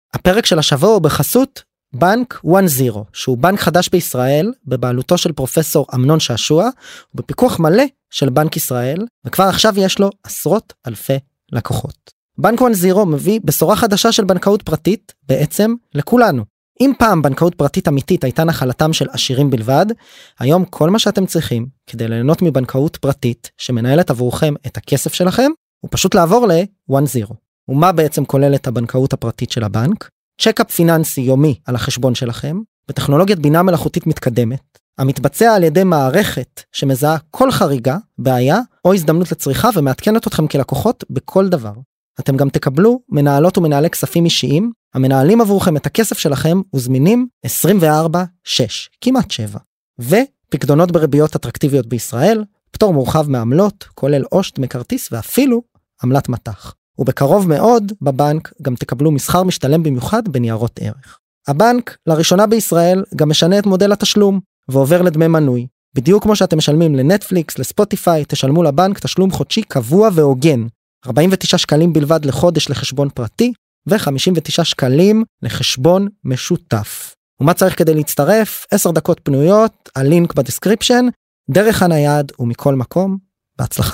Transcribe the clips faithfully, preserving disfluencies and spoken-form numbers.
הפרק של השבוע הוא בחסות בנק וואן זירו, שהוא בנק חדש בישראל, בבעלותו של פרופסור אמנון שעשוע, ובפיקוח מלא של בנק ישראל, וכבר עכשיו יש לו עשרות אלפי לקוחות. בנק וואן זירו מביא בשורה חדשה של בנקאות פרטית, בעצם לכולנו. אם פעם בנקאות פרטית אמיתית הייתה נחלתם של עשירים בלבד, היום כל מה שאתם צריכים כדי ליהנות מבנקאות פרטית שמנהלת עבורכם את הכסף שלכם, הוא פשוט לעבור ל-וואן זירו. ומה בעצם כוללת הבנקאות הפרטית של הבנק? צ'קאפ פיננסי יומי על החשבון שלכם, בטכנולוגיית בינה מלאכותית מתקדמת, המתבצע על ידי מערכת שמזהה כל חריגה, בעיה או הזדמנות לצריכה ומעדכנת אתכם כלקוחות בכל דבר. אתם גם תקבלו מנהלות ומנהלי כספים אישיים, המנהלים עבורכם את הכסף שלכם וזמינים עשרים וארבע שש, כמעט שבע. ופקדונות בריביות אטרקטיביות בישראל, פטור מורחב מעמלות, כולל עושת מכרטיס ואפילו עמלת מתח. ובקרוב מאוד בבנק גם תקבלו מסחר משתלם במיוחד בניירות ערך. הבנק לראשונה בישראל גם משנה את מודל התשלום ועובר לדמי מנוי. בדיוק כמו שאתם משלמים לנטפליקס, לספוטיפיי, תשלמו לבנק תשלום חודשי קבוע והוגן. ארבעים ותשעה שקלים בלבד לחודש לחשבון פרטי ו-חמישים ותשעה שקלים לחשבון משותף. ומה צריך כדי להצטרף? עשר דקות פנויות, הלינק בדסקריפשן, דרך הנייד ומכל מקום. בהצלחה.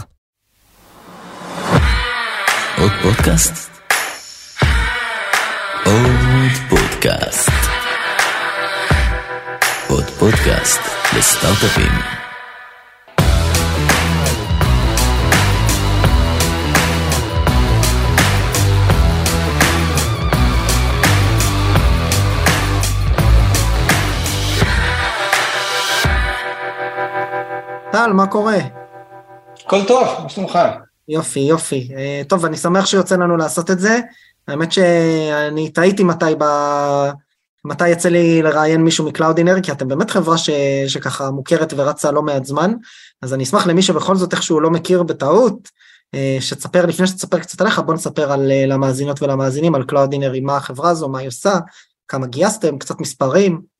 עוד פודקאסט? עוד פודקאסט. עוד פודקאסט לסטארט-אפים. טל, מה קורה? כל טוב, מה שלומך? יופי, יופי. טוב, אני שמח שיוצא לנו לעשות את זה. האמת שאני טעיתי מתי, ב... מתי יצא לי לראיין מישהו מקלאודינר, כי אתם באמת חברה ש... שככה מוכרת ורצה לא מעט זמן, אז אני אשמח למי שבכל זאת איכשהו לא מכיר בטעות, שתספר, לפני שתספר קצת עליך, בוא נספר על למאזינות ולמאזינים, על קלאודינר, מה החברה הזו, מה היא עושה, כמה גייסתם, קצת מספרים.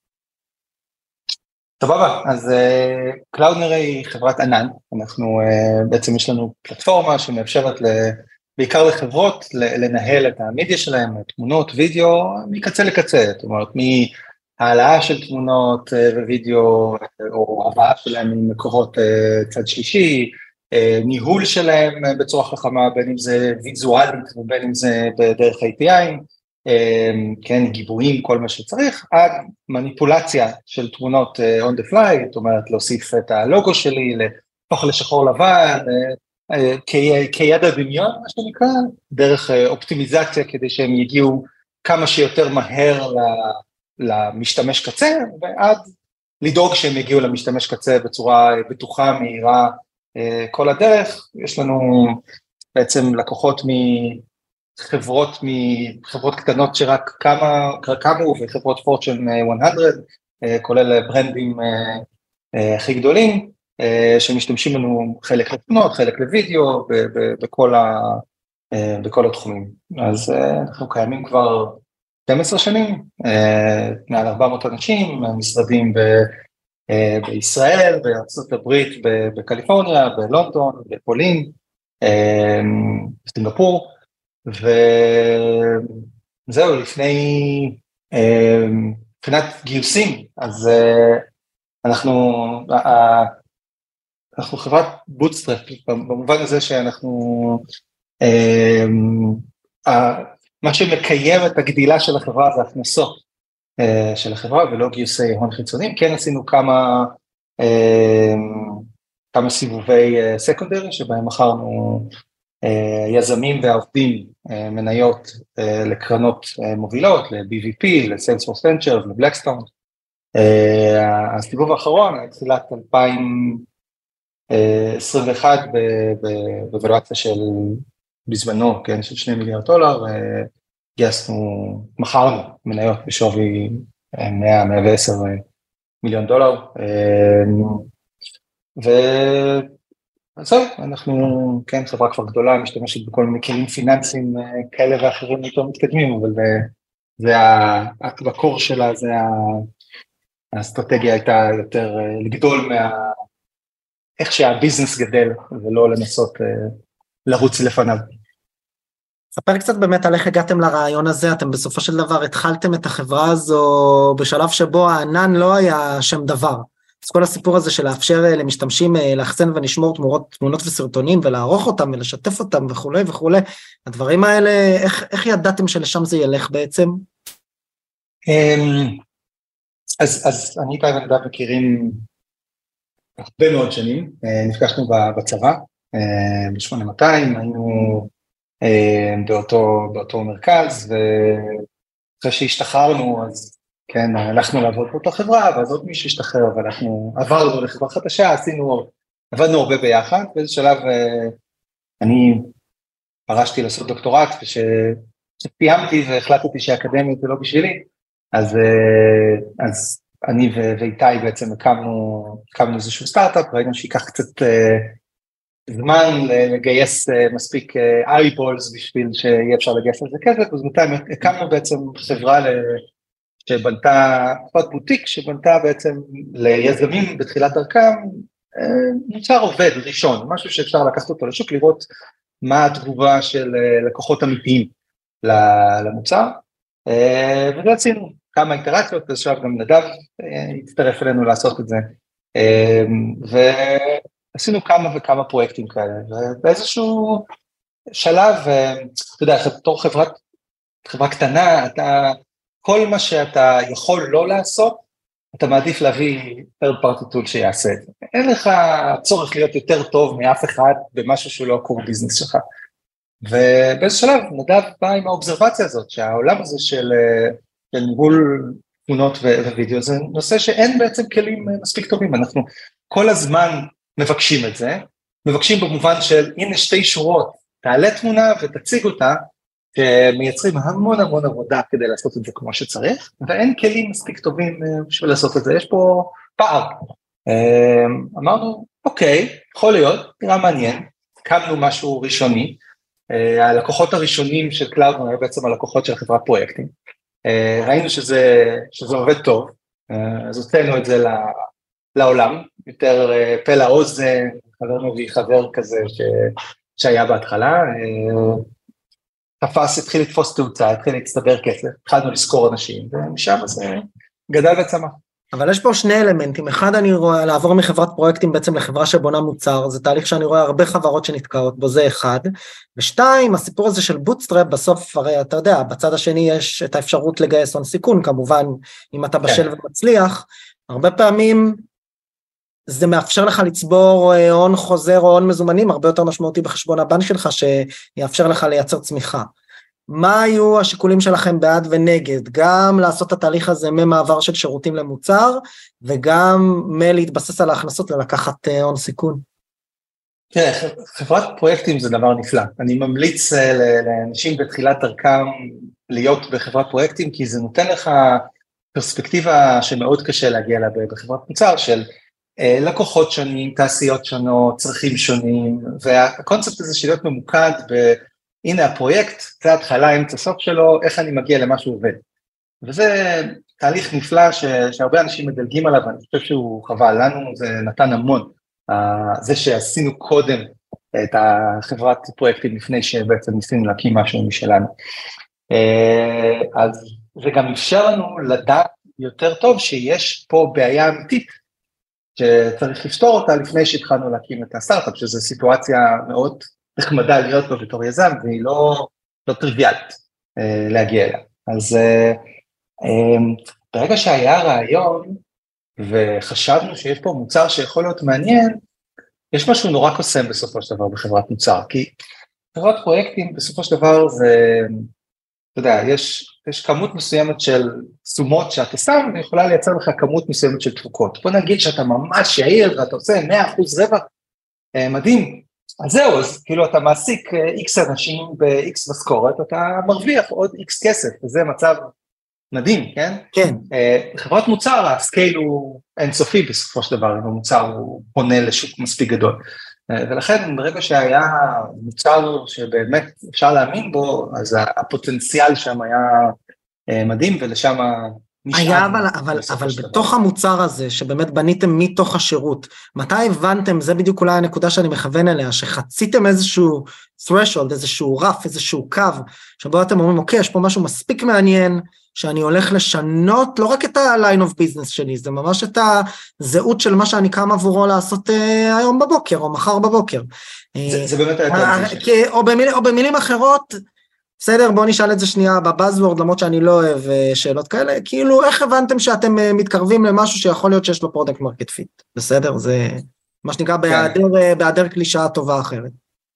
טובה, אז קלאודינר היא חברת ענן, אנחנו בעצם יש לנו פלטפורמה שמאפשרת בעיקר לחברות לנהל את המדיה שלהם, תמונות, וידאו, מקצה לקצה, זאת אומרת, מהעלאה של תמונות ווידאו, או הבאה שלהם ממקורות צד שלישי, ניהול שלהם בצורה חכמה, בין אם זה ויזואלית ובין אם זה בדרך ה-איי פי איי, כן, גיבויים, כל מה שצריך, עד מניפולציה של תמונות on the fly, זאת אומרת, להוסיף את הלוגו שלי, להפוך לשחור לבן, כיד הדמיון, מה שנקרא, דרך אופטימיזציה, כדי שהם יגיעו כמה שיותר מהר למשתמש קצה, ועד לדאוג שהם יגיעו למשתמש קצה בצורה בטוחה, מהירה, כל הדרך. יש לנו בעצם לקוחות מחברות, מחברות קטנות שרק כמה, קמו, וחברות פורצ'ן מאה, כולל ברנדים הכי גדולים, שמשתמשים לנו חלק לתמונות, חלק לוידאו, בכל, ה, בכל התחומים. אז אנחנו קיימים כבר שתים עשרה שנים, מעל ארבע מאות אנשים, משרדים ב, בישראל, בארצות הברית, בקליפורניה, בלונדון, בפולין, בסינגפור, וזהו, לפני, מבחינת גיוסים, אז אנחנו, אנחנו חברת בוטסטראפ, במובן הזה שאנחנו, מה שמקיים את הגדילה של החברה זה הכנסות של החברה, ולא גיוסי הון חיצוניים. כן עשינו כמה, כמה סיבובי סקונדרי, שבהם מכרנו יזמים ועובדים מניות לקרנות מובילות, ל-בי וי פי, ל-Salesforce Ventures, ל-Blackstone. הסיבוב האחרון, התחילת אלפיים עשרים ואחת, בוולואציה של, בזמנו, כן, של שני מיליארד דולר, גייסנו, מכרנו מניות בשווי מאה, מאה ועשר מיליון דולר, וזהו, אנחנו, כן, חברה כבר גדולה, משתמשת בכל מיני כלים פיננסיים כאלה ואחרים יותר מתקדמים, אבל זה, בקור שלה, זה האסטרטגיה הייתה יותר לגדול מה, איך שהביזנס גדל, ולא לנסות לרוץ לפניו. ספר קצת באמת על איך הגעתם לרעיון הזה, אתם בסופו של דבר התחלתם את החברה הזו בשלב שבו הענן לא היה שם דבר. אז כל הסיפור הזה של לאפשר למשתמשים לאחסן ונשמור תמונות, תמונות וסרטונים ולערוך אותם ולשתף אותם וכולי וכולי, הדברים האלה, איך, איך ידעתם שלשם זה ילך בעצם? אז, אז אני ואתה ונדב מכירים הרבה מאוד שנים, נפגשנו בצבא, ב-שמונה מאתיים, היינו באותו, באותו מרכז, ואחרי שהשתחררנו, אז כן, הלכנו לעבוד באותה חברה, ואז עוד מישהו השתחרר, ואנחנו עברנו לחברה חדשה, עשינו, עבדנו הרבה ביחד, באיזה שלב אני פרשתי לעשות דוקטורט, ושסיימתי והחלטתי שהאקדמיות זה לא בשבילי, אז, אז אני ואיתי בעצם הקמנו, הקמנו איזשהו סטארט-אפ, ראינו שיקח קצת זמן לגייס מספיק אייבולס בשביל שיהיה אפשר לגייס על זה כסף, אז מתי הקמנו בעצם חברה שבנתה, חברת בוטיק שבנתה בעצם ליזמים בתחילת דרכם, מוצר עובד ראשון, משהו שאפשר לקחת אותו לשוק, לראות מה התגובה של לקוחות אמיתיים למוצר, וזה עשינו כמה אינטראקציות, עכשיו גם נדב הצטרף אלינו לעשות את זה, ועשינו כמה וכמה פרויקטים כאלה, ובאיזשהו שלב, אתה יודע, בתור חברת, חברה קטנה, אתה, כל מה שאתה יכול לא לעשות, אתה מעדיף להביא third party tool שיעשה את זה. אין לך צורך להיות יותר טוב מאף אחד במשהו שהוא לא core business שלך. ובאיזה שלב נדב בא עם האובזרבציה הזאת, שהעולם הזה של, של ניהול תמונות ווידאו, זה נושא שאין בעצם כלים מספיק טובים, אנחנו כל הזמן מבקשים את זה, מבקשים במובן של הנה שתי שורות, תעלה תמונה ותציג אותה, שמייצרים המון המון עבודה כדי לעשות את זה כמו שצריך, ואין כלים מספיק טובים בשביל לעשות את זה, יש פה פער. אמרנו, אוקיי, יכול להיות, נראה מעניין, קמנו משהו ראשוני, הלקוחות הראשונים של קלאודנר היו בעצם הלקוחות של חברת פרויקטים, ראינו שזה, שזה עובד טוב, אז הוצאנו את זה לעולם, יותר פה לאוזן, חבר מביא חבר כזה ש, שהיה בהתחלה, תפס, התחיל לתפוס תאוצה, התחיל להצטבר כסף, התחלנו לזכור אנשים, ומשם זה גדל וצמח. אבל יש פה שני אלמנטים, אחד אני רואה, לעבור מחברת פרויקטים בעצם לחברה שבונה מוצר, זה תהליך שאני רואה הרבה חברות שנתקעות בו, זה אחד, ושתיים, הסיפור הזה של בוטסטראפ, בסוף הרי אתה יודע, בצד השני יש את האפשרות לגייס הון סיכון, כמובן, אם אתה בשל כן. ומצליח, הרבה פעמים זה מאפשר לך לצבור הון חוזר או הון מזומנים, הרבה יותר משמעותי בחשבון הבנק שלך, שיאפשר לך לייצר צמיחה. מה היו השיקולים שלכם בעד ונגד? גם לעשות את התהליך הזה ממעבר של שירותים למוצר, וגם מלהתבסס על ההכנסות ולקחת הון סיכון. תראה, חברת פרויקטים זה דבר נפלא. אני ממליץ לאנשים בתחילת דרכם להיות בחברת פרויקטים, כי זה נותן לך פרספקטיבה שמאוד קשה להגיע לה בחברת מוצר, של לקוחות שונים, תעשיות שונות, צרכים שונים, והקונספט הזה של להיות ממוקד ב... הנה הפרויקט, זה ההתחלה, אמצע סוף שלו, איך אני מגיע למה שהוא עובד. וזה תהליך נפלא ש, שהרבה אנשים מדלגים עליו, אני חושב שהוא חבל לנו, זה נתן המון. זה שעשינו קודם את החברת פרויקטים לפני שבעצם ניסינו להקים משהו משלנו. אז זה גם אפשר לנו לדעת יותר טוב שיש פה בעיה אמיתית, שצריך לפתור אותה לפני שהתחלנו להקים את הסטארט-אפ, שזו סיטואציה מאוד נחמדה להיות בה בתור יזם, והיא לא, לא טריוויאלית אה, להגיע אליה. אז אה, אה, ברגע שהיה רעיון, וחשבנו שיש פה מוצר שיכול להיות מעניין, יש משהו נורא קוסם בסופו של דבר בחברת מוצר, כי חברת פרויקטים בסופו של דבר זה, אתה יודע, יש, יש כמות מסוימת של סומות שאתה שם, ויכולה לייצר לך כמות מסוימת של תפוקות. בוא נגיד שאתה ממש יעיל, ואתה עושה מאה אחוז רווח, אה, מדהים, אז זהו, אז כאילו אתה מעסיק איקס אנשים ב-X משכורת, אתה מרוויח עוד X כסף, וזה מצב מדהים, כן? כן. חברת מוצר, הסקייל הוא אינסופי בסופו של דבר, אם המוצר הוא פונה לשוק מספיק גדול, ולכן ברגע שהיה מוצר שבאמת אפשר להאמין בו, אז הפוטנציאל שם היה מדהים, ולשם היה, אבל, אבל, אבל בתוך המוצר הזה, שבאמת בניתם מתוך השירות, מתי הבנתם, זה בדיוק אולי הנקודה שאני מכוון אליה, שחציתם איזשהו threshold, איזשהו רף, איזשהו קו, שבו אתם אומרים, אוקיי, יש פה משהו מספיק מעניין, שאני הולך לשנות, לא רק את ה-line of business שלי, זה ממש את הזהות של מה שאני קם עבורו לעשות אה, היום בבוקר, או מחר בבוקר. זה, זה באמת היה כי, או, במיל, או במילים אחרות, בסדר, בואו נשאל את זה שנייה בבאזוורד, למרות שאני לא אוהב שאלות כאלה, כאילו איך הבנתם שאתם מתקרבים למשהו שיכול להיות שיש לו פרודקט מרקט פיט, בסדר? זה מה שנקרא בהיעדר, בהיעדר קלישאה טובה אחרת.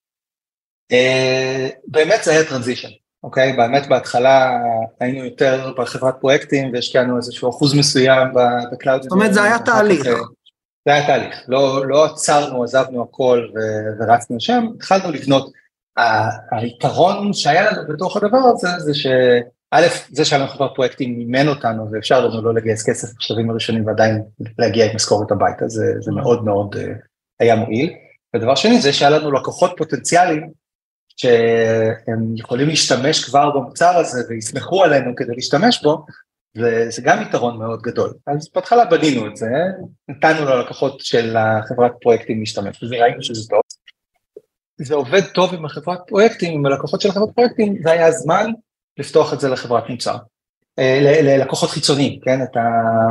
באמת זה היה טרנזישן, אוקיי? באמת בהתחלה היינו יותר בחברת פרויקטים, והשקענו איזשהו אחוז מסוים בקלאוד. זאת אומרת, זה היה תהליך. זה היה תהליך, לא, לא עצרנו, עזבנו הכל ורצנו שם, התחלנו לבנות. היתרון שהיה לנו בתוך הדבר הזה, זה שא', זה שהיה לנו חברת פרויקטים מימן אותנו, ואפשר לנו לא לגייס כסף בשלבים הראשונים, ועדיין להגיע עם משכורת הביתה, זה, זה מאוד מאוד היה מועיל. ודבר שני, זה שהיה לנו לקוחות פוטנציאליים, שהם יכולים להשתמש כבר במוצר הזה, ויסמכו עלינו כדי להשתמש בו, וזה גם יתרון מאוד גדול. אז בהתחלה בנינו את זה, נתנו ללקוחות של החברת פרויקטים להשתמש, וזה ראינו שזה טוב. זה עובד טוב עם החברת פרויקטים, עם הלקוחות של החברת פרויקטים, זה היה הזמן לפתוח את זה לחברת מוצר, ללקוחות חיצוניים, כן, את ה...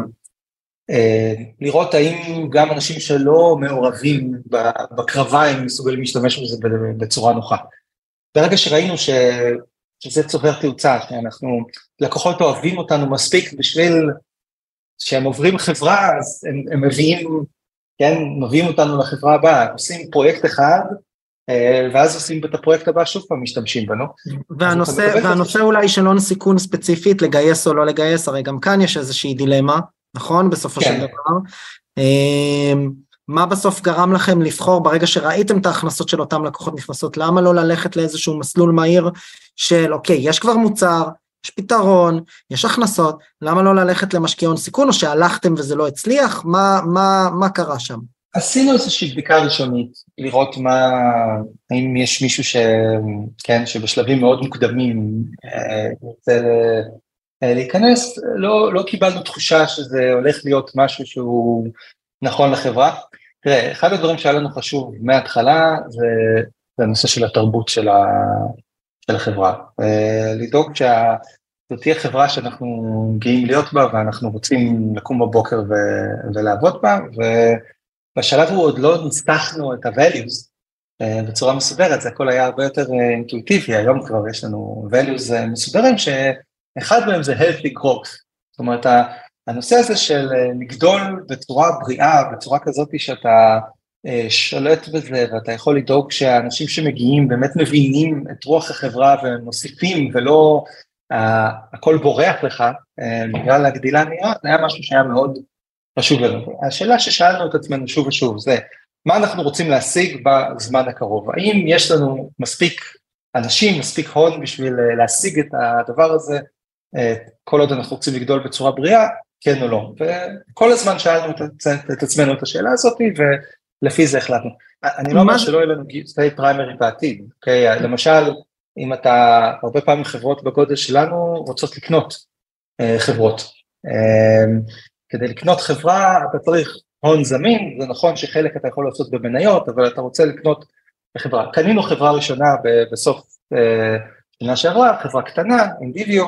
לראות האם גם אנשים שלא מעורבים בקרבה, הם מסוגלים להשתמש בזה בצורה נוחה. ברגע שראינו ש... שזה צובר תאוצה, שאנחנו, לקוחות אוהבים אותנו מספיק בשביל שהם עוברים חברה, אז הם, הם מביאים, כן, מביאים אותנו לחברה הבאה, עושים פרויקט אחד, ואז עושים את הפרויקט הבא שוב פעם משתמשים בנו. והנושא, והנושא אולי של הון סיכון ספציפית, לגייס או לא לגייס, הרי גם כאן יש איזושהי דילמה, נכון? בסופו של דבר. מה בסוף גרם לכם לבחור, ברגע שראיתם את ההכנסות של אותם לקוחות נכנסות, למה לא ללכת לאיזשהו מסלול מהיר של, אוקיי, יש כבר מוצר, יש פתרון, יש הכנסות, למה לא ללכת למשקיע הון סיכון, או שהלכתם וזה לא הצליח? מה, מה, מה קרה שם? עשינו איזושהי בדיקה ראשונית, לראות מה, האם יש מישהו ש, כן, שבשלבים מאוד מוקדמים רוצה להיכנס, לא, לא קיבלנו תחושה שזה הולך להיות משהו שהוא נכון לחברה. תראה, אחד הדברים שהיה לנו חשוב מההתחלה, זה, זה הנושא של התרבות של, ה, של החברה. לדאוג שזאת תהיה חברה שאנחנו גאים להיות בה, ואנחנו רוצים לקום בבוקר ו, ולעבוד בה, ו... בשלב הוא עוד לא נסתחנו את ה-values בצורה מסודרת, זה הכל היה הרבה יותר אינטואיטיבי, היום כבר יש לנו values מסודרים, שאחד מהם זה healthy growth, זאת אומרת, הנושא הזה של לגדול בצורה בריאה, בצורה כזאת שאתה שולט בזה, ואתה יכול לדאוג שהאנשים שמגיעים באמת מבינים את רוח החברה ומוסיפים, ולא הכל בורח לך, בגלל הגדילה נראה, זה היה משהו שהיה מאוד חשוב לנו. השאלה ששאלנו את עצמנו שוב ושוב זה, מה אנחנו רוצים להשיג בזמן הקרוב? האם יש לנו מספיק אנשים, מספיק הון בשביל להשיג את הדבר הזה, כל עוד אנחנו רוצים לגדול בצורה בריאה, כן או לא? וכל הזמן שאלנו את עצמנו את השאלה הזאת, ולפי זה החלטנו. אני לא אומר שלא יהיה לנו גיוסי פריימרי בעתיד, אוקיי? למשל, אם אתה, הרבה פעמים חברות בגודל שלנו רוצות לקנות חברות, כדי לקנות חברה, אתה צריך הון זמין, זה נכון שחלק אתה יכול לעשות במניות, אבל אתה רוצה לקנות בחברה. קנינו חברה ראשונה בסוף שנה שעברה, חברה קטנה, אינדיביו,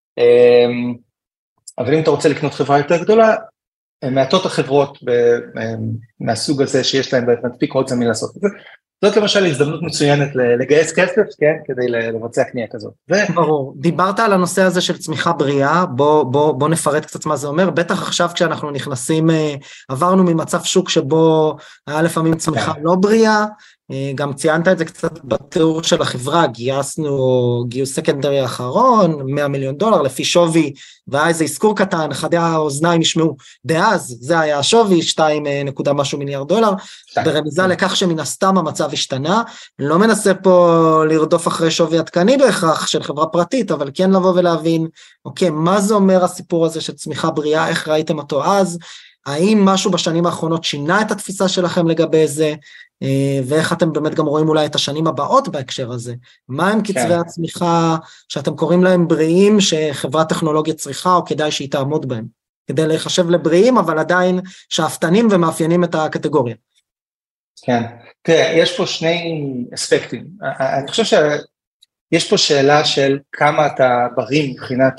אבל אם אתה רוצה לקנות חברה יותר גדולה, מעטות החברות מהסוג הזה שיש להם מספיק הון זמין לעשות את זה. זאת למשל הזדמנות מצוינת לגייס כסף, כן, כדי לבצע קנייה כזאת. ברור, דיברת על הנושא הזה של צמיחה בריאה, בוא, בוא, בוא נפרט קצת מה זה אומר, בטח עכשיו כשאנחנו נכנסים, עברנו ממצב שוק שבו היה לפעמים צמיחה לא בריאה, גם ציינת את זה קצת בתיאור של החברה, גייסנו גיוס סקנדרי האחרון, מאה מיליון דולר, לפי שווי, והיה איזה עסקור קטן, אחד האוזניים ישמעו, דאז זה היה השווי, שתיים נקודה משהו מיליארד דולר, ברמיזה לכך שמן הסתם המצב השתנה, לא מנסה פה לרדוף אחרי שווי עדכני בהכרח של חברה פרטית, אבל כן לבוא ולהבין, אוקיי, מה זה אומר הסיפור הזה של צמיחה בריאה, איך ראיתם אותו אז, האם משהו בשנים האחרונות שינה את התפיסה שלכם לגבי זה, ואיך אתם באמת גם רואים אולי את השנים הבאות בהקשר הזה? מה הם קצבי כן. הצמיחה שאתם קוראים להם בריאים, שחברת טכנולוגיה צריכה או כדאי שהיא תעמוד בהם? כדי להיחשב לבריאים, אבל עדיין שאפתנים ומאפיינים את הקטגוריה. כן, תראה, יש פה שני אספקטים. אני חושב שיש פה שאלה של כמה אתה בריא מבחינת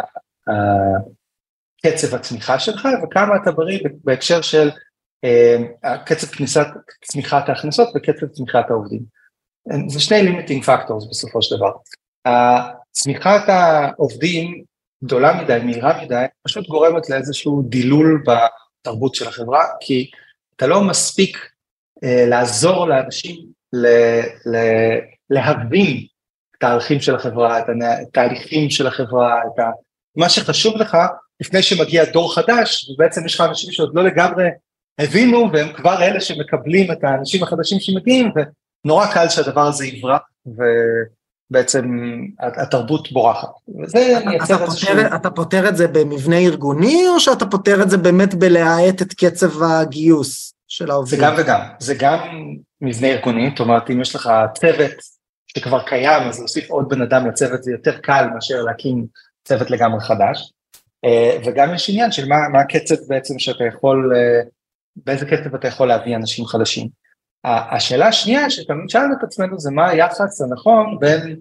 קצב הצמיחה שלך, וכמה אתה בריא בהקשר של קצב כניסת צמיחת ההכנסות וקצב צמיחת העובדים. זה שני לימיטינג פקטורס בסופו של דבר. צמיחת העובדים גדולה מדי, מהירה מדי, פשוט גורמת לאיזשהו דילול בתרבות של החברה, כי אתה לא מספיק אה, לעזור לאנשים ל- ל- להבין את הערכים של החברה, את התהליכים של החברה, את ה- מה שחשוב לך, לפני שמגיע דור חדש, ובעצם יש לך אנשים שעוד לא לגמרי הבינו, והם כבר אלה שמקבלים את האנשים החדשים שמגיעים, ונורא קל שהדבר הזה יברח, ו... בעצם התרבות בורחת. וזה מייצר איזשהו... אתה פותר את זה במבנה ארגוני, או שאתה פותר את זה באמת בלהאט את קצב הגיוס של העובדים? זה גם וגם. זה גם מבנה ארגוני, זאת אומרת, אם יש לך צוות שכבר קיים, אז להוסיף עוד בן אדם לצוות זה יותר קל מאשר להקים צוות לגמרי חדש. וגם יש עניין של מה, מה הקצב בעצם שאתה יכול, באיזה קצב אתה יכול להביא אנשים חדשים. השאלה השנייה שתמיד שאלנו את עצמנו זה מה היחס הנכון בין,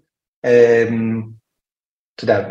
אתה יודע,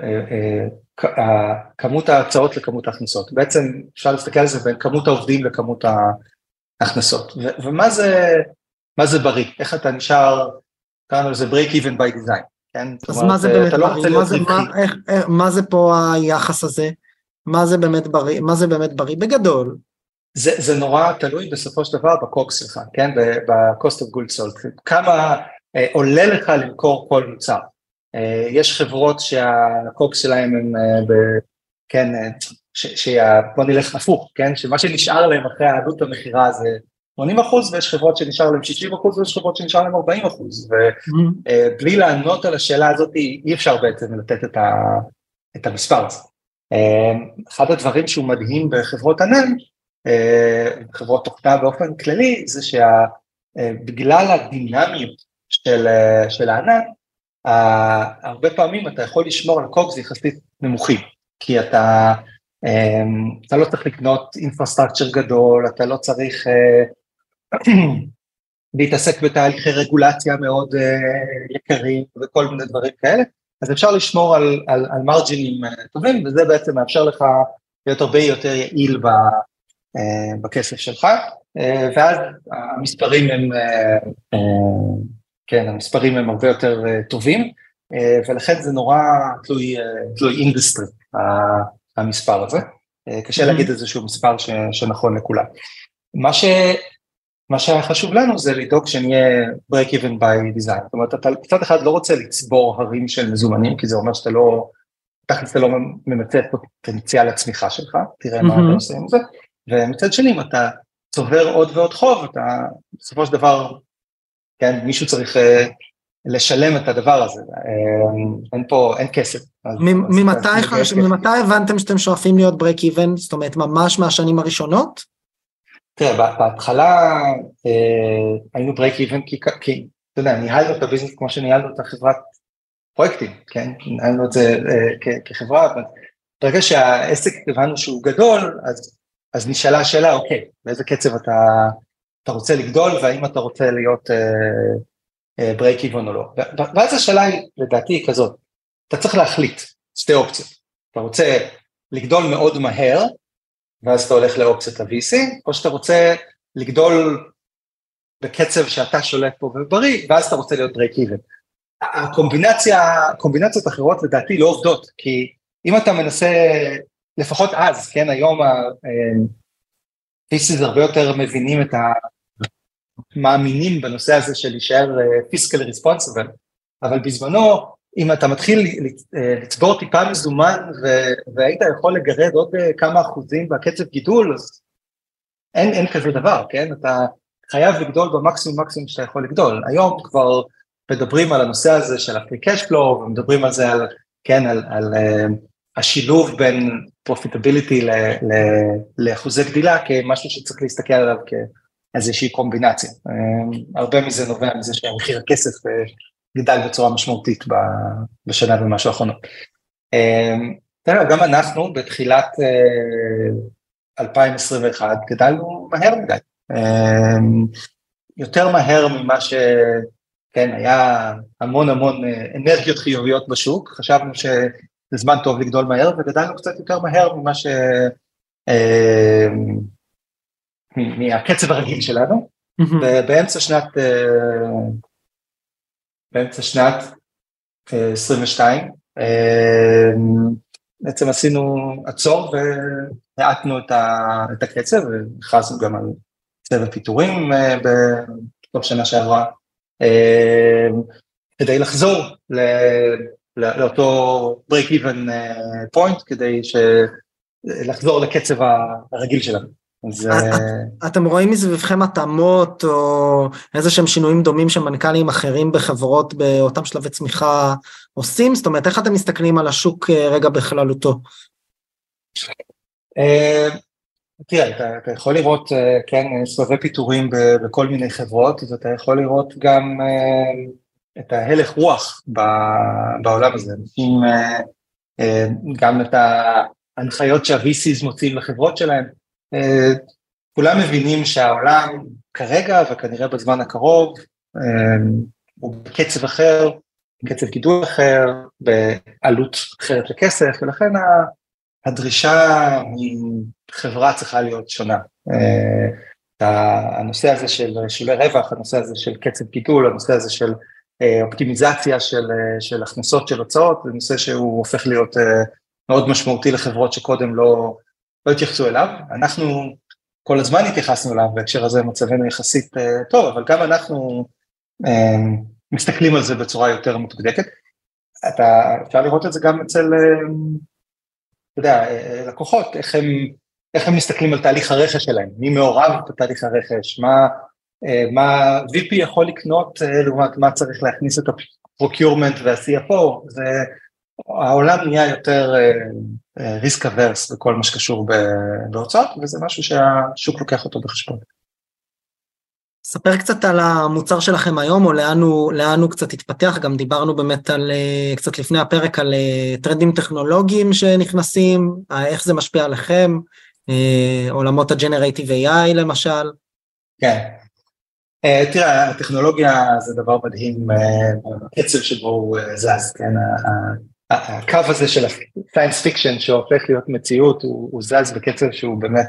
כמות ההצעות לכמות ההכנסות. בעצם אפשר להסתכל על זה בין כמות העובדים לכמות ההכנסות. ומה זה, מה זה בריא? איך אתה נשאר, קראנו לזה break even by design, כן? אז מה זה באמת בריא? מה זה פה היחס הזה? מה זה באמת בריא? מה זה באמת בריא? בגדול. זה, זה נורא תלוי בסופו של דבר בקוקס שלך, כן? ב-cost of goods sold. כמה אה, עולה לך למכור כל מוצר. אה, יש חברות שהקוקס שלהם הם, אה, ב, כן, אה, ש, שה, בוא נלך הפוך, כן? שמה שנשאר להם אחרי העלות המחירה זה שמונים אחוז, ויש חברות שנשאר להם שישים אחוז, ויש חברות שנשאר להם ארבעים אחוז, ובלי mm-hmm. לענות על השאלה הזאת, אי אפשר בעצם לתת את, ה, את המספר הזה. אה, אחד הדברים שהוא מדהים בחברות ענן, חברות תוכנה באופן כללי, זה שבגלל הדינמיות של, של הענן, הרבה פעמים אתה יכול לשמור על קוקס יחסית נמוכים, כי אתה, אתה לא צריך לקנות אינפרסטרקצ'ר גדול, אתה לא צריך להתעסק בתהליכי רגולציה מאוד יקרים וכל מיני דברים כאלה, אז אפשר לשמור על, על, על מרג'ינים טובים, וזה בעצם מאפשר לך להיות הרבה יותר יעיל ב... בכסף שלך, ואז המספרים הם, כן, המספרים הם הרבה יותר טובים, ולכן זה נורא תלוי, תלוי אינדסטרי, המספר הזה. קשה להגיד איזשהו מספר שנכון לכולם. מה ש, מה שהיה חשוב לנו זה לדאוג שנהיה break even by design, זאת אומרת, אתה קצת אחד לא רוצה לצבור הרים של מזומנים, כי זה אומר שאתה לא, תכלס אתה לא ממצא את פוטנציאל הצמיחה שלך, תראה מה אתה עושה עם זה, ומצד שני, אם אתה צובר עוד ועוד חוב, אתה בסופו של דבר, כן, מישהו צריך uh, לשלם את הדבר הזה, uh, אין פה, אין כסף. ממתי, ממתי הבנתם שאתם שואפים להיות break even, זאת אומרת, ממש מהשנים הראשונות? תראה, בהתחלה uh, היינו break even, כי, כי, אתה יודע, ניהלנו את הביזנס כמו שניהלנו את החברת פרויקטים, כן, ניהלנו את זה uh, כ- כחברה, אבל ברגע שהעסק הבנו שהוא גדול, אז אז נשאלה השאלה, אוקיי, באיזה קצב אתה, אתה רוצה לגדול, והאם אתה רוצה להיות ברייק uh, איבון uh, או לא. ואז השאלה היא, לדעתי, היא כזאת, אתה צריך להחליט שתי אופציות. אתה רוצה לגדול מאוד מהר, ואז אתה הולך לאופציית ה-וי סי, או שאתה רוצה לגדול בקצב שאתה שולט פה ובריא, ואז אתה רוצה להיות ברייק איבון. הקומבינציה, קומבינציות אחרות לדעתי לא עובדות, כי אם אתה מנסה... לפחות אז, כן, היום ה-פיסיס הרבה יותר מבינים את המאמינים בנושא הזה של להישאר פיסקל ריספונסיבל, אבל בזמנו, אם אתה מתחיל לצבור טיפה מזומן, והיית יכול לגרד עוד כמה אחוזים בקצב גידול, אז אין, אין כזה דבר, כן, אתה חייב לגדול במקסימום מקסימום שאתה יכול לגדול. היום כבר מדברים על הנושא הזה של הפרי קאש פלואו, ומדברים על זה על, כן, על, על השילוב בין פרופיטביליטי לאחוזי גדילה כמשהו שצריך להסתכל עליו כאיזושהי קומבינציה. הרבה מזה נובע מזה שהמחיר הכסף גדל בצורה משמעותית בשנה ומשהו האחרונות. תראה, גם אנחנו בתחילת אלפיים עשרים ואחת גדלנו מהר מדי. יותר מהר ממה ש... כן, היה המון המון אנרגיות חיוביות בשוק, חשבנו שזה זמן טוב לגדול מהר, וגדלנו קצת יותר מהר ממה ש... מהקצב הרגיל שלנו, ובאמצע שנת... באמצע שנת עשרים ושתיים, בעצם עשינו עצור והעטנו את הקצב, והכרזנו גם על צוות פיטורים בתוך שנה שעברה, כדי לחזור לאותו break even point, כדי לחזור לקצב הרגיל שלנו. אתם רואים מסביבכם התאמות או איזה שהם שינויים דומים שמנכ"לים אחרים בחברות באותם שלבי צמיחה עושים? זאת אומרת, איך אתם מסתכלים על השוק רגע בכללותו? תראה, אתה יכול לראות, כן, סבבי פיטורים בכל מיני חברות, אז אתה יכול לראות גם את ההלך רוח בעולם הזה, גם את ההנחיות שה-וי סי'ס מוציאים לחברות שלהם. כולם מבינים שהעולם כרגע וכנראה בזמן הקרוב הוא בקצב אחר, בקצב גידול אחר, בעלות אחרת לכסף, ולכן הדרישה מחברה צריכה להיות שונה. הנושא הזה של שולי רווח, הנושא הזה של קצב גידול, הנושא הזה של אופטימיזציה של, של הכנסות של הוצאות, זה נושא שהוא הופך להיות מאוד משמעותי לחברות שקודם לא, לא התייחסו אליו. אנחנו כל הזמן התייחסנו אליו, בהקשר הזה מצבנו יחסית טוב, אבל גם אנחנו מסתכלים על זה בצורה יותר מתוקדקת. אתה, אפשר לראות את זה גם אצל, אתה יודע, לקוחות, איך הם, איך הם מסתכלים על תהליך הרכש שלהם, מי מעורב בתהליך הרכש, מה, מה וי פי יכול לקנות, לעומת מה צריך להכניס את ה-procurement וה-סי אף או, זה, העולם נהיה יותר ריסק אברס בכל מה שקשור בהוצאות, וזה משהו שהשוק לוקח אותו בחשבון. ספר קצת על המוצר שלכם היום, או לאן הוא, לאן הוא קצת התפתח, גם דיברנו באמת על, קצת לפני הפרק, על טרנדים טכנולוגיים שנכנסים, איך זה משפיע עליכם, עולמות ה-Generative איי איי למשל. כן, תראה, הטכנולוגיה זה דבר מדהים, הקצב שבו הוא זז, כן, הקו הזה של ה-Science Fiction שהופך להיות מציאות, הוא, הוא זז בקצב שהוא באמת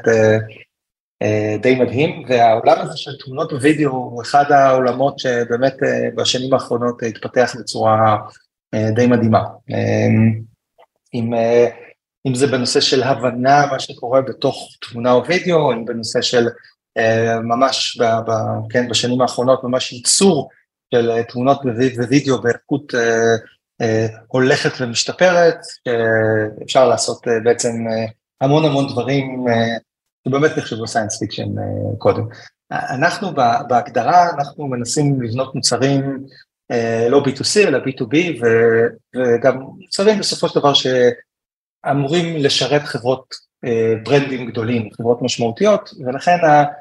די מדהים, והעולם הזה של תמונות בווידאו הוא אחד העולמות שבאמת בשנים האחרונות התפתח בצורה די מדהימה. אם, אם זה בנושא של הבנה מה שקורה בתוך תמונה או וידאו, אם בנושא של ממש ב, ב, כן, בשנים האחרונות ממש ייצור של תמונות ווידאו באיכות הולכת ומשתפרת, אפשר לעשות בעצם המון המון דברים שבאמת נחשבו סיינס פיקשן קודם. אנחנו בהגדרה, אנחנו מנסים לבנות מוצרים לא בי טו סי אלא בי טו בי, וגם מוצרים בסופו של דבר שאמורים לשרת חברות ברנדים גדולים, חברות משמעותיות, ולכן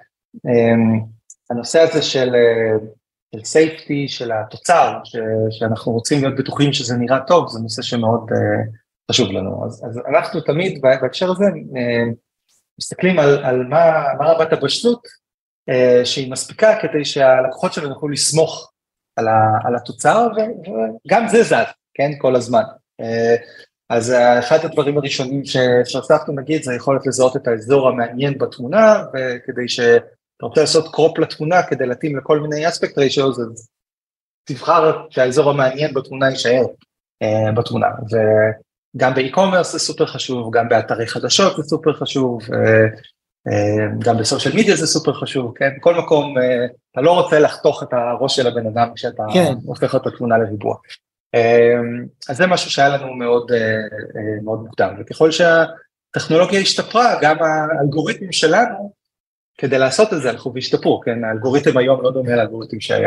הנושא הזה של של סייפטי, של התוצר, ש, שאנחנו רוצים להיות בטוחים שזה נראה טוב, זה נושא שמאוד uh, חשוב לנו. אז, אז אנחנו תמיד בהקשר הזה uh, מסתכלים על, על מה, מה רבת הבשלות uh, שהיא מספיקה כדי שהלקוחות שלנו יוכלו לסמוך על, ה, על התוצר, וגם זה זז, כן, כל הזמן. Uh, אז uh, אחד הדברים הראשונים שהוספנו נגיד, זה יכולת לזהות את האזור המעניין בתמונה, וכדי ש... אתה רוצה לעשות קרופ לתמונה כדי להתאים לכל מיני אספקט ריישיוז, אז תבחר שהאזור המעניין בתמונה יישאר אה, בתמונה, וגם באי-קומרס זה סופר חשוב, גם באתרי חדשות זה סופר חשוב, אה, אה, גם בסושיאל מדיה זה סופר חשוב, כן? בכל מקום, אה, אתה לא רוצה לחתוך את הראש של הבן אדם כשאתה כן. הופך את התמונה לריבוע. אה, אז זה משהו שהיה לנו מאוד, אה, אה, מאוד מוקדם, וככל שהטכנולוגיה השתפרה, גם האלגוריתמים שלנו, כדי לעשות את זה, אנחנו והשתפרו, כן, האלגוריתם היום לא דומה לאלגוריתם שהיה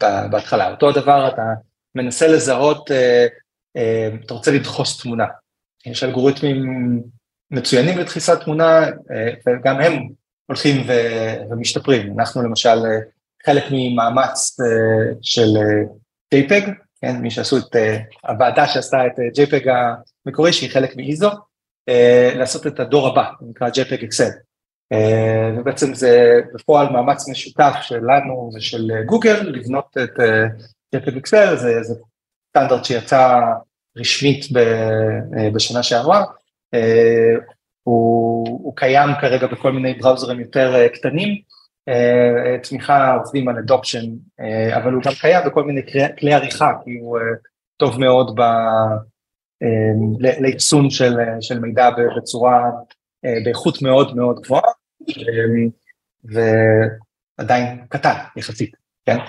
בהתחלה, אותו הדבר, אתה מנסה לזהות, אתה רוצה לדחוס תמונה, יש אלגוריתמים מצוינים לדחיסת תמונה, וגם הם הולכים ומשתפרים. אנחנו למשל חלק ממאמץ של JPEG, כן, מי שעשו את הוועדה שעשתה את JPEG המקורי, שהיא חלק מאיזו, לעשות את הדור הבא, נקרא JPEG Excel. ובעצם זה בפועל מאמץ משותף שלנו ושל גוגל, לבנות את JPEG Excel, זה, זה סטנדרט שיצא רשמית בשנה שעברה, הוא, הוא קיים כרגע בכל מיני בראוזרים יותר קטנים, תמיכה עובדים על אדופשן, אבל הוא גם קיים בכל מיני כלי עריכה, כי הוא טוב מאוד ב, לאחסון של, של מידע בצורה, באיכות מאוד מאוד גבוהה, ועדיין קטן יחסית, כן?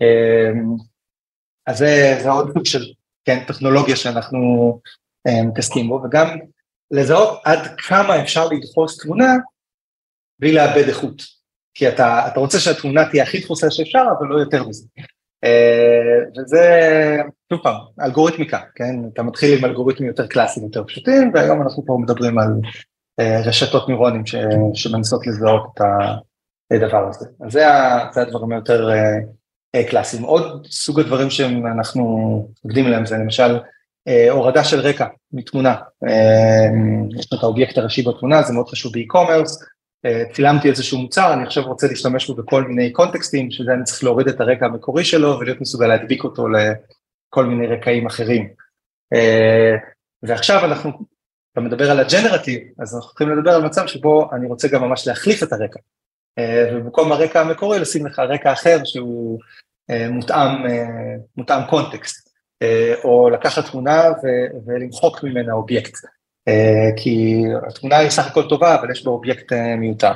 אז זה, זה עוד סוג של, כן, טכנולוגיה שאנחנו מתעסקים בו, וגם לזהות עד כמה אפשר לדחוס תמונה בלי לאבד איכות, כי אתה, אתה רוצה שהתמונה תהיה הכי דחוסה שאפשר, אבל לא יותר מזה. וזה, שוב פעם, אלגוריתמיקה, כן? אתה מתחיל עם אלגוריתמים יותר קלאסיים, יותר פשוטים, והיום אנחנו פה מדברים על רשתות נוירונים ש, שמנסות לזהות את הדבר הזה. אז זה, זה הדברים היותר קלאסיים. עוד סוג הדברים שאנחנו עובדים עליהם, זה למשל הורדה של רקע מתמונה. יש את האובייקט הראשי בתמונה, זה מאוד חשוב באי-קומרס, צילמתי איזשהו מוצר, אני עכשיו רוצה להשתמש בו בכל מיני קונטקסטים, שזה אני צריך להוריד את הרקע המקורי שלו, ולהיות מסוגל להדביק אותו לכל מיני רקעים אחרים. ועכשיו אנחנו, אתה מדבר על הג'נרטיב, אז אנחנו צריכים לדבר על מצב שבו אני רוצה גם ממש להחליף את הרקע, ובמקום הרקע המקורי לשים לך רקע אחר שהוא מותאם, מותאם קונטקסט, או לקחת תמונה ולמחוק ממנה אובייקט, כי התמונה היא סך הכל טובה, אבל יש בה אובייקט מיותר.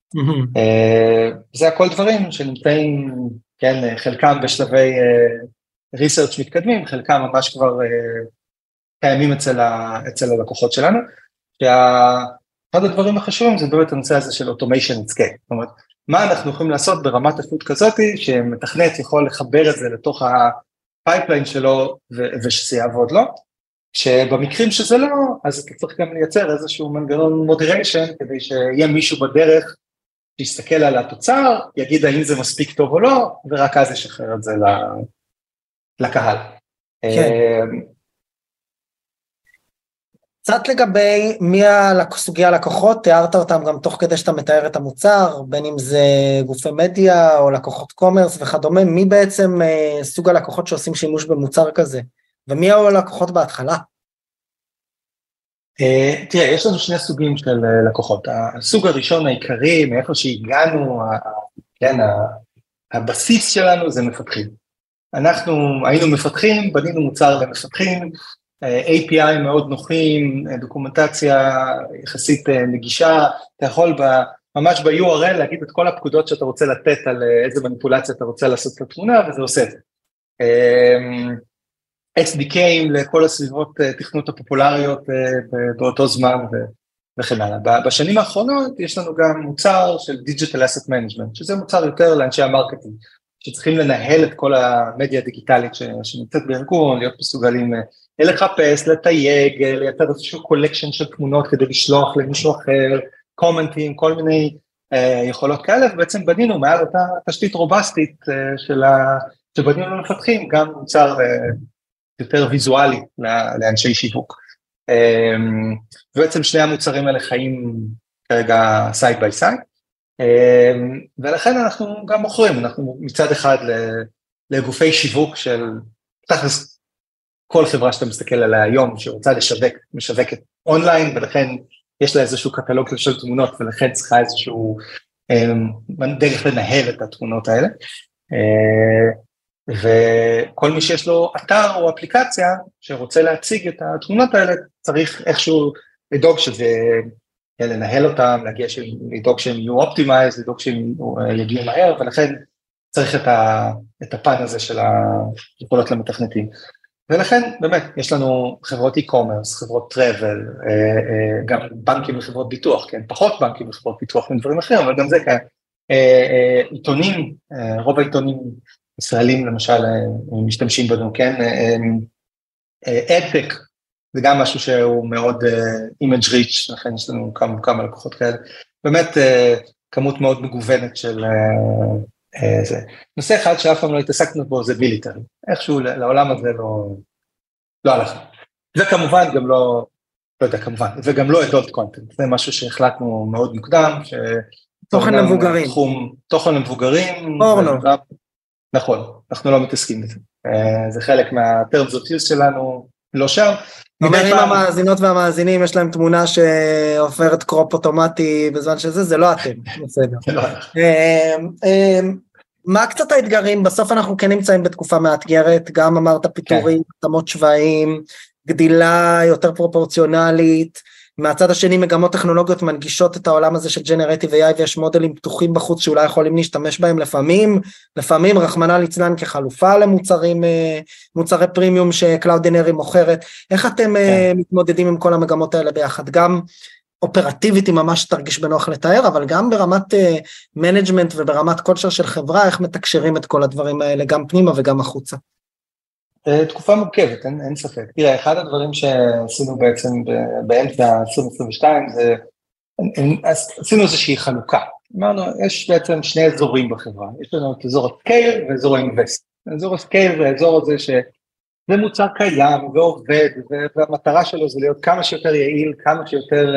זה הכל דברים שנמצאים, כן, חלקם בשלבי ריסרצ' מתקדמים, חלקם ממש כבר קיימים אצל הלקוחות שלנו, שאחד הדברים החשובים זה באמת הנושא הזה של automation at scale, זאת אומרת, מה אנחנו יכולים לעשות ברמת איכות כזאת, שמתכנת יכול לחבר את זה לתוך הפייפליין שלו, ושזה יעבוד לו, שבמקרים שזה לא, אז אתה צריך גם לייצר איזשהו מנגנון מודריישן, כדי שיהיה מישהו בדרך, שיסתכל על התוצר, יגיד האם זה מספיק טוב או לא, ורק אז ישחרר את זה לקהל. כן. קצת לגבי מי סוגי הלקוחות, תיארת אותם גם תוך כדי שאתה מתאר את המוצר, בין אם זה גופי מדיה או לקוחות קומרס וכדומה, מי בעצם סוג הלקוחות שעושים שימוש במוצר כזה? ומי היו הלקוחות בהתחלה? תראה, יש לנו שני סוגים של לקוחות. הסוג הראשון העיקרי, מאיפה שהגענו, כן, הבסיס שלנו זה מפתחים. אנחנו היינו מפתחים, בנינו מוצר למפתחים, איי פי איי מאוד נוחים, דוקומנטציה יחסית נגישה, אתה יכול ממש ב-יו אר אל להגיד את כל הפקודות שאתה רוצה לתת על איזה מניפולציה אתה רוצה לעשות לתמונה, וזה עושה את זה. אס די קיי לכל הסביבות תכנות הפופולריות באותו זמן וכן הלאה. בשנים האחרונות יש לנו גם מוצר של Digital Asset Management, שזה מוצר יותר לאנשי המרקטינג, שצריכים לנהל את כל המדיה הדיגיטלית שנמצאת בארגון, להיות מסוגלים לחפש, לתייג, לייצר איזשהו קולקשן של תמונות כדי לשלוח למישהו אחר, קומנטים, כל מיני יכולות כאלה, ובעצם בנינו מעל אותה תשתית רובסטית שבנינו למפתחים, גם מוצר יותר ויזואלי לאנשי שיווק. ובעצם שני המוצרים האלה חיים כרגע סייד ביי סייד, ולכן אנחנו גם מוכרים, אנחנו מצד אחד לגופי שיווק של תכלס כל חברה שאתה מסתכל עליה היום שרוצה לשווק, משווקת אונליין, ולכן יש לה איזשהו קטלוג של תמונות, ולכן צריכה איזשהו דרך לנהל את התמונות האלה. וכל מי שיש לו אתר או אפליקציה שרוצה להציג את התמונות האלה, צריך איכשהו לדאוג שזה, לנהל אותם, להגיע לדאוג שהם יהיו אופטימייז, לדאוג שהם יגיעו מהר, ולכן צריך את, ה, את הפן הזה של היכולות למתכנתים. ולכן באמת יש לנו חברות אי-קומרס, חברות טראבל, גם בנקים וחברות ביטוח, כן, פחות בנקים וחברות ביטוח ודברים אחרים, אבל גם זה כאן, עיתונים, רוב העיתונים ישראלים למשל משתמשים בנו, כן, אדטק, זה גם משהו שהוא מאוד image rich, לכן יש לנו כמה, כמה לקוחות כאלה. באמת כמות מאוד מגוונת של זה. נושא אחד שאף פעם לא התעסקנו בו זה מיליטרי. איכשהו לעולם הזה לא, לא הלך. וכמובן גם לא, לא יודע כמובן, וגם לא adult content. זה משהו שהחלטנו מאוד מוקדם. תוכן למבוגרים. תחום, תוכן למבוגרים. פורנו. נכון, אנחנו לא מתעסקים בזה. זה חלק מה-terms of use שלנו, לא שם. אומרים המאזינות והמאזינים, יש להם תמונה שעופרת קרופ אוטומטי בזמן שזה, זה לא אתם. בסדר. מה קצת האתגרים? בסוף אנחנו כן נמצאים בתקופה מאתגרת, גם אמרת פיתורים, תמות שבעים, גדילה יותר פרופורציונלית, מהצד השני מגמות טכנולוגיות מנגישות את העולם הזה של Generative איי איי, ויש מודלים פתוחים בחוץ שאולי יכולים להשתמש בהם לפעמים, לפעמים רחמנא ליצלן כחלופה למוצרים, מוצרי פרימיום שקלאודינרי מוכרת. איך אתם כן. מתמודדים עם כל המגמות האלה ביחד? גם אופרטיבית היא ממש תרגיש בנוח לתאר, אבל גם ברמת מנג'מנט וברמת קולצ'ר של חברה, איך מתקשרים את כל הדברים האלה, גם פנימה וגם החוצה? תקופה מורכבת, אין, אין ספק. תראה, אחד הדברים שעשינו בעצם באמצע עשרים עשרים ושתיים, זה, עשינו איזושהי חלוקה. אמרנו, יש בעצם שני אזורים בחברה. יש לנו את אזור הסקייל ואזור האינבסט. אזור הסקייל זה האזור הזה שזה מוצר קיים ועובד, והמטרה שלו זה להיות כמה שיותר יעיל, כמה שיותר,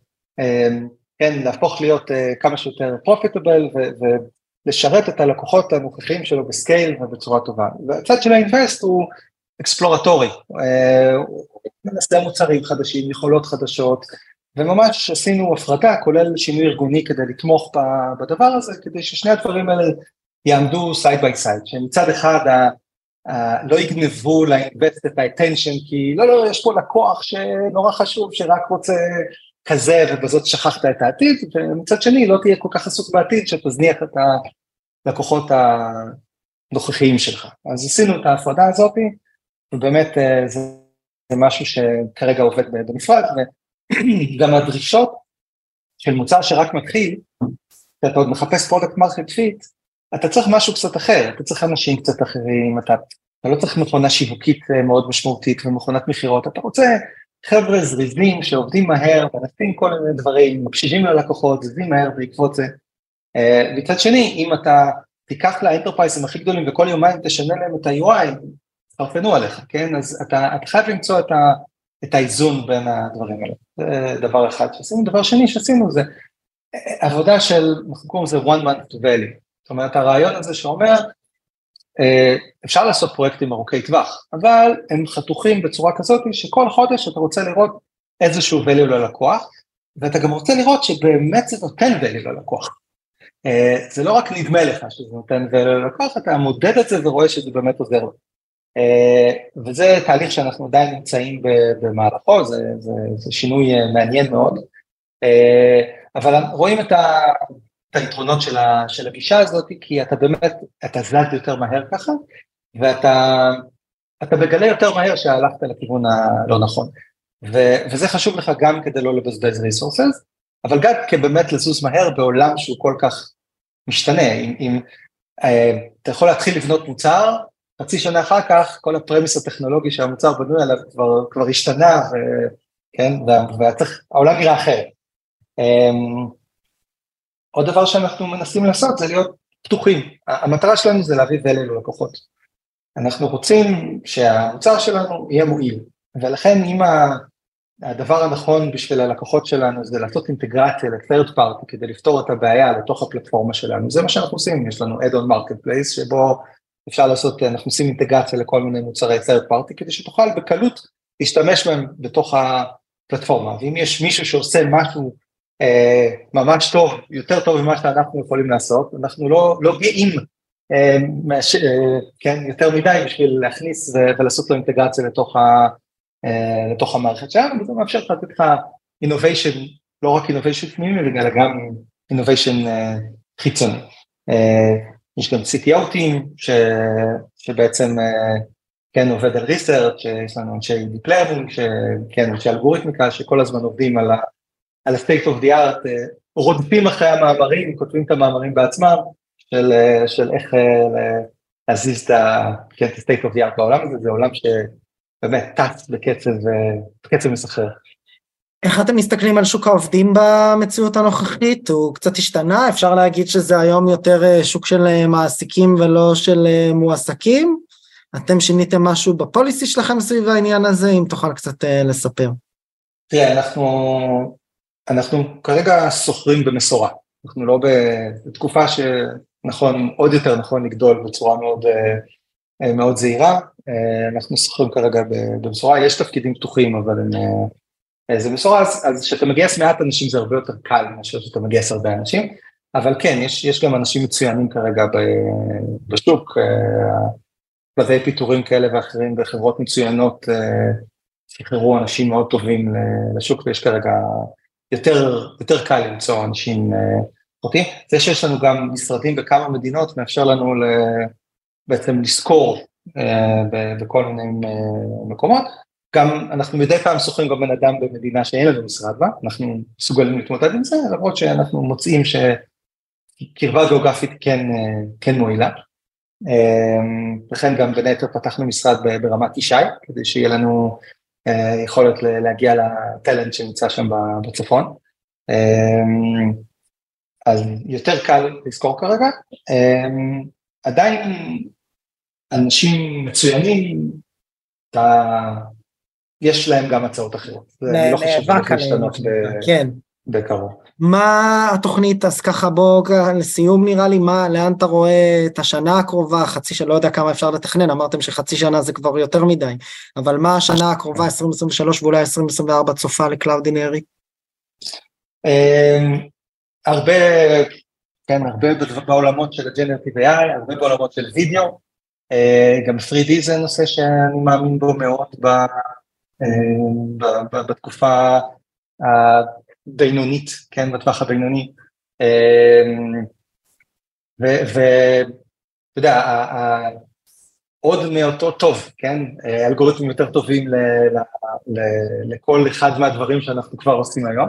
כן, להפוך להיות כמה שיותר פרופיטבל, ולשרת את הלקוחות הנוכחים שלו בסקייל ובצורה טובה. והצד של האינבסט הוא אקספלורטורי, הוא מנסה מוצרים חדשים, יכולות חדשות, וממש עשינו הפרדה, כולל שינוי ארגוני כדי לתמוך בדבר הזה, כדי ששני הדברים האלה יעמדו סייד ביי סייד, שמצד אחד לא יגנבו לאינבסט את האטנשן, כי לא, לא, יש פה לקוח שנורא חשוב, שרק רוצה כזה, ובזאת שכחת את העתיד, ומצד שני לא תהיה כל כך עסוק בעתיד, שתזניח את הלקוחות הנוכחיים שלך. אז עשינו את ההפרדה הזאת, ובאמת זה, זה משהו שכרגע עובד בנפרד, וגם הדרישות של מוצר שרק מתחיל, אתה עוד מחפש פרודקט מרקט פיט, אתה צריך משהו קצת אחר, אתה צריך אנשים קצת אחרים, אתה, אתה לא צריך מכונה שיווקית מאוד משמעותית ומכונת מחירות, אתה רוצה חבר'ה זריזים שעובדים מהר, מנסים כל מיני דברים, מקשיבים ללקוחות, זריזים מהר בעקבות זה. מצד שני, אם אתה תיקח לאנטרפרייסים הכי גדולים וכל יומיים תשנה להם את ה-יו איי, תרפנו עליך, כן? אז אתה, אתה חייב למצוא את, ה, את האיזון בין הדברים האלה. זה דבר אחד שעשינו. דבר שני שעשינו זה עבודה של, אנחנו קוראים לזה one month to value. זאת אומרת, הרעיון הזה שאומר, אפשר לעשות פרויקטים ארוכי טווח, אבל הם חתוכים בצורה כזאת שכל חודש אתה רוצה לראות איזשהו value ללקוח, ואתה גם רוצה לראות שבאמת זה נותן value ללקוח. זה לא רק נדמה לך שזה נותן value ללקוח, אתה מודד את זה ורואה שזה באמת עוזר לו. וזה תהליך שאנחנו עדיין נמצאים במהלכו, זה, זה, זה שינוי מעניין מאוד, אבל רואים את ה... את היתרונות של, ה, של הגישה הזאת, כי אתה באמת, אתה זז יותר מהר ככה, ואתה אתה מגלה יותר מהר שהלכת לכיוון הלא נכון. ו, וזה חשוב לך גם כדי לא לבזבז resources, אבל גם כבאמת לזוז מהר בעולם שהוא כל כך משתנה. אם, אם אה, אתה יכול להתחיל לבנות מוצר, חצי שנה אחר כך, כל הפרמיס הטכנולוגי שהמוצר בנוי עליו כבר, כבר השתנה, וכן, והעולם נראה אחר. אה, עוד דבר שאנחנו מנסים לעשות זה להיות פתוחים. המטרה שלנו זה להביא value ללקוחות. אנחנו רוצים שהמוצר שלנו יהיה מועיל, ולכן אם הדבר הנכון בשביל הלקוחות שלנו זה לעשות אינטגרציה ל-third party כדי לפתור את הבעיה לתוך הפלטפורמה שלנו, זה מה שאנחנו עושים, יש לנו add-on marketplace שבו אפשר לעשות, אנחנו עושים אינטגרציה לכל מיני מוצרי third party כדי שתוכל בקלות להשתמש בהם בתוך הפלטפורמה, ואם יש מישהו שעושה משהו ממש טוב, יותר טוב ממה שאנחנו יכולים לעשות, אנחנו לא, לא גאים מש, כן, יותר מדי בשביל להכניס ולעשות לו אינטגרציה לתוך, ה, לתוך המערכת שלנו, וזה מאפשר לתת לך innovation, לא רק innovation פנימי, אלא גם innovation חיצוני. יש גם סי טי או team ש, שבעצם כן עובד על research, שיש לנו אנשי deep learning, שכן אנשי אלגוריתמיקה, שכל הזמן עובדים על ה על ה-state of the art, רודפים אחרי המאמרים, כותבים את המאמרים בעצמם, של, של איך להזיז את ה-state of the art בעולם הזה, זה עולם באמת טס בקצב, בקצב מסחרר. איך אתם מסתכלים על שוק העובדים במציאות הנוכחית? הוא קצת השתנה, אפשר להגיד שזה היום יותר שוק של מעסיקים ולא של מועסקים? אתם שיניתם משהו בפוליסי שלכם סביב העניין הזה, אם תוכל קצת לספר. תראה, אנחנו, אנחנו כרגע סוחרים במסורה, אנחנו לא בתקופה שנכון, עוד יותר נכון לגדול בצורה מאוד, מאוד זהירה, אנחנו סוחרים כרגע במסורה, יש תפקידים פתוחים, אבל הם... זה מסורה, אז, אז שאתה מגייס מעט אנשים זה הרבה יותר קל מאשר שאתה מגייס הרבה אנשים, אבל כן, יש, יש גם אנשים מצוינים כרגע בשוק, פלזי פיתורים כאלה ואחרים בחברות מצוינות, שחררו אנשים מאוד טובים לשוק, ויש כרגע יותר, יותר קל למצוא אנשים פרטיים. זה שיש לנו גם משרדים בכמה מדינות, מאפשר לנו בעצם לזכור בכל מיני מקומות, גם אנחנו מדי פעם שוכרים גם בן אדם במדינה שאין לנו משרד בה, אנחנו מסוגלים להתמודד עם זה, למרות שאנחנו מוצאים שקרבה גיאוגרפית כן, כן מועילה. לכן גם בין היתר פתחנו משרד ברמת ישי, כדי שיהיה לנו יכולת להגיע לטלנט שנמצא שם בצפון. אז יותר קל לזכור כרגע. עדיין אנשים מצוינים, אתה... יש להם גם הצעות אחרות. אני לא חושב שזה להשתנות בקרוב. מה התוכנית, אז ככה בוא לסיום נראה לי, מה, לאן אתה רואה את השנה הקרובה, חצי שנה, לא יודע כמה אפשר לתכנן, אמרתם שחצי שנה זה כבר יותר מדי, אבל מה השנה הקרובה, עשרים עשרים ושלוש ואולי עשרים עשרים וארבע צופה לקלאודינרי? הרבה, כן, הרבה בעולמות של הג'נרטיב איי איי, הרבה בעולמות של וידאו, גם תרי די זה נושא שאני מאמין בו מאוד ב... בתקופה הבינונית, כן, בטווח הבינוני, ואתה יודע, עוד מאותו טוב, כן, אלגוריתמים יותר טובים לכל אחד מהדברים שאנחנו כבר עושים היום.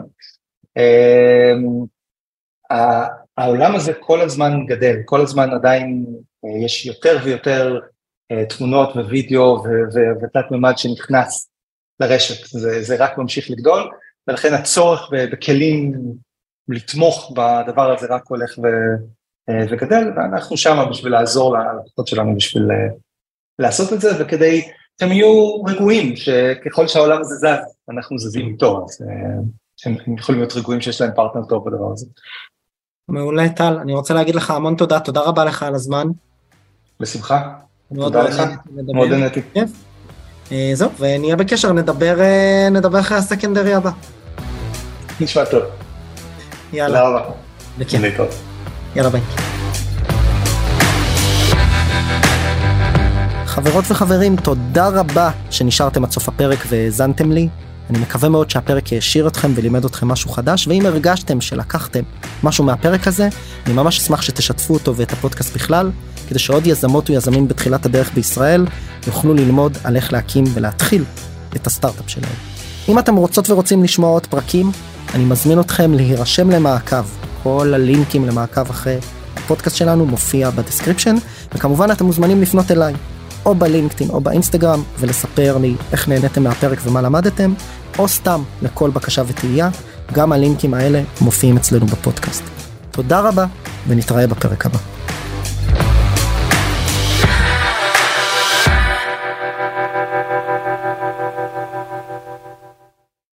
העולם הזה כל הזמן גדל, כל הזמן עדיין יש יותר ויותר תמונות ווידאו ותת ממד שנכנס לרשת, זה, זה רק ממשיך לגדול, ולכן הצורך בכלים לתמוך בדבר הזה רק הולך ו, וגדל, ואנחנו שם בשביל לעזור ללקוחות שלנו בשביל לעשות את זה, וכדי שהם יהיו רגועים, שככל שהעולם הזה זז, אנחנו זזים איתו, אז הם יכולים להיות רגועים שיש להם פרטנר טוב בדבר הזה. מעולה טל, אני רוצה להגיד לך המון תודה, תודה רבה לך על הזמן. בשמחה, תודה לך, מאוד נהניתי. זהו, ונהיה בקשר, נדבר, נדבר אחרי הסקנדרי הבא. נשמע טוב. יאללה. תודה רבה. בכיף. יאללה ביי. חברות וחברים, תודה רבה שנשארתם עד סוף הפרק והאזנתם לי. אני מקווה מאוד שהפרק ישיר אתכם ולימד אתכם משהו חדש, ואם הרגשתם שלקחתם משהו מהפרק הזה, אני ממש אשמח שתשתפו אותו ואת הפודקאסט בכלל, כדי שעוד יזמות ויזמים בתחילת הדרך בישראל יוכלו ללמוד על איך להקים ולהתחיל את הסטארט-אפ שלהם. אם אתם רוצות ורוצים לשמוע עוד פרקים, אני מזמין אתכם להירשם למעקב. כל הלינקים למעקב אחרי הפודקאסט שלנו מופיע בדסקריפשן, וכמובן אתם מוזמנים לפנות אליי, או בלינקדאין או באינסטגרם, ולספר לי איך נהניתם מהפרק ומה למדתם, או סתם לכל בקשה ותהייה, גם הלינקים האלה מופיעים אצלנו בפודקאסט. תודה רבה, ונתראה בפרק הבא.